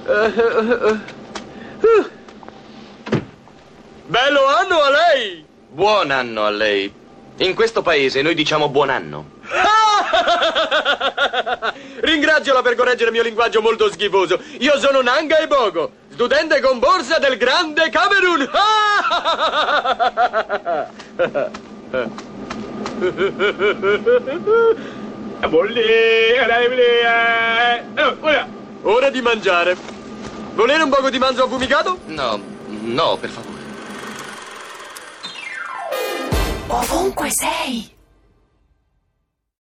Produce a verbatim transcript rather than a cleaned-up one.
Bello anno a lei! Buon anno a lei. In questo paese noi diciamo buon anno. Ringraziola per correggere il mio linguaggio molto schifoso. Io sono Nanga Ebogo, studente con borsa del grande Camerun. Ora di mangiare. Volere un poco di manzo affumicato? No, no, per favore. Ovunque sei.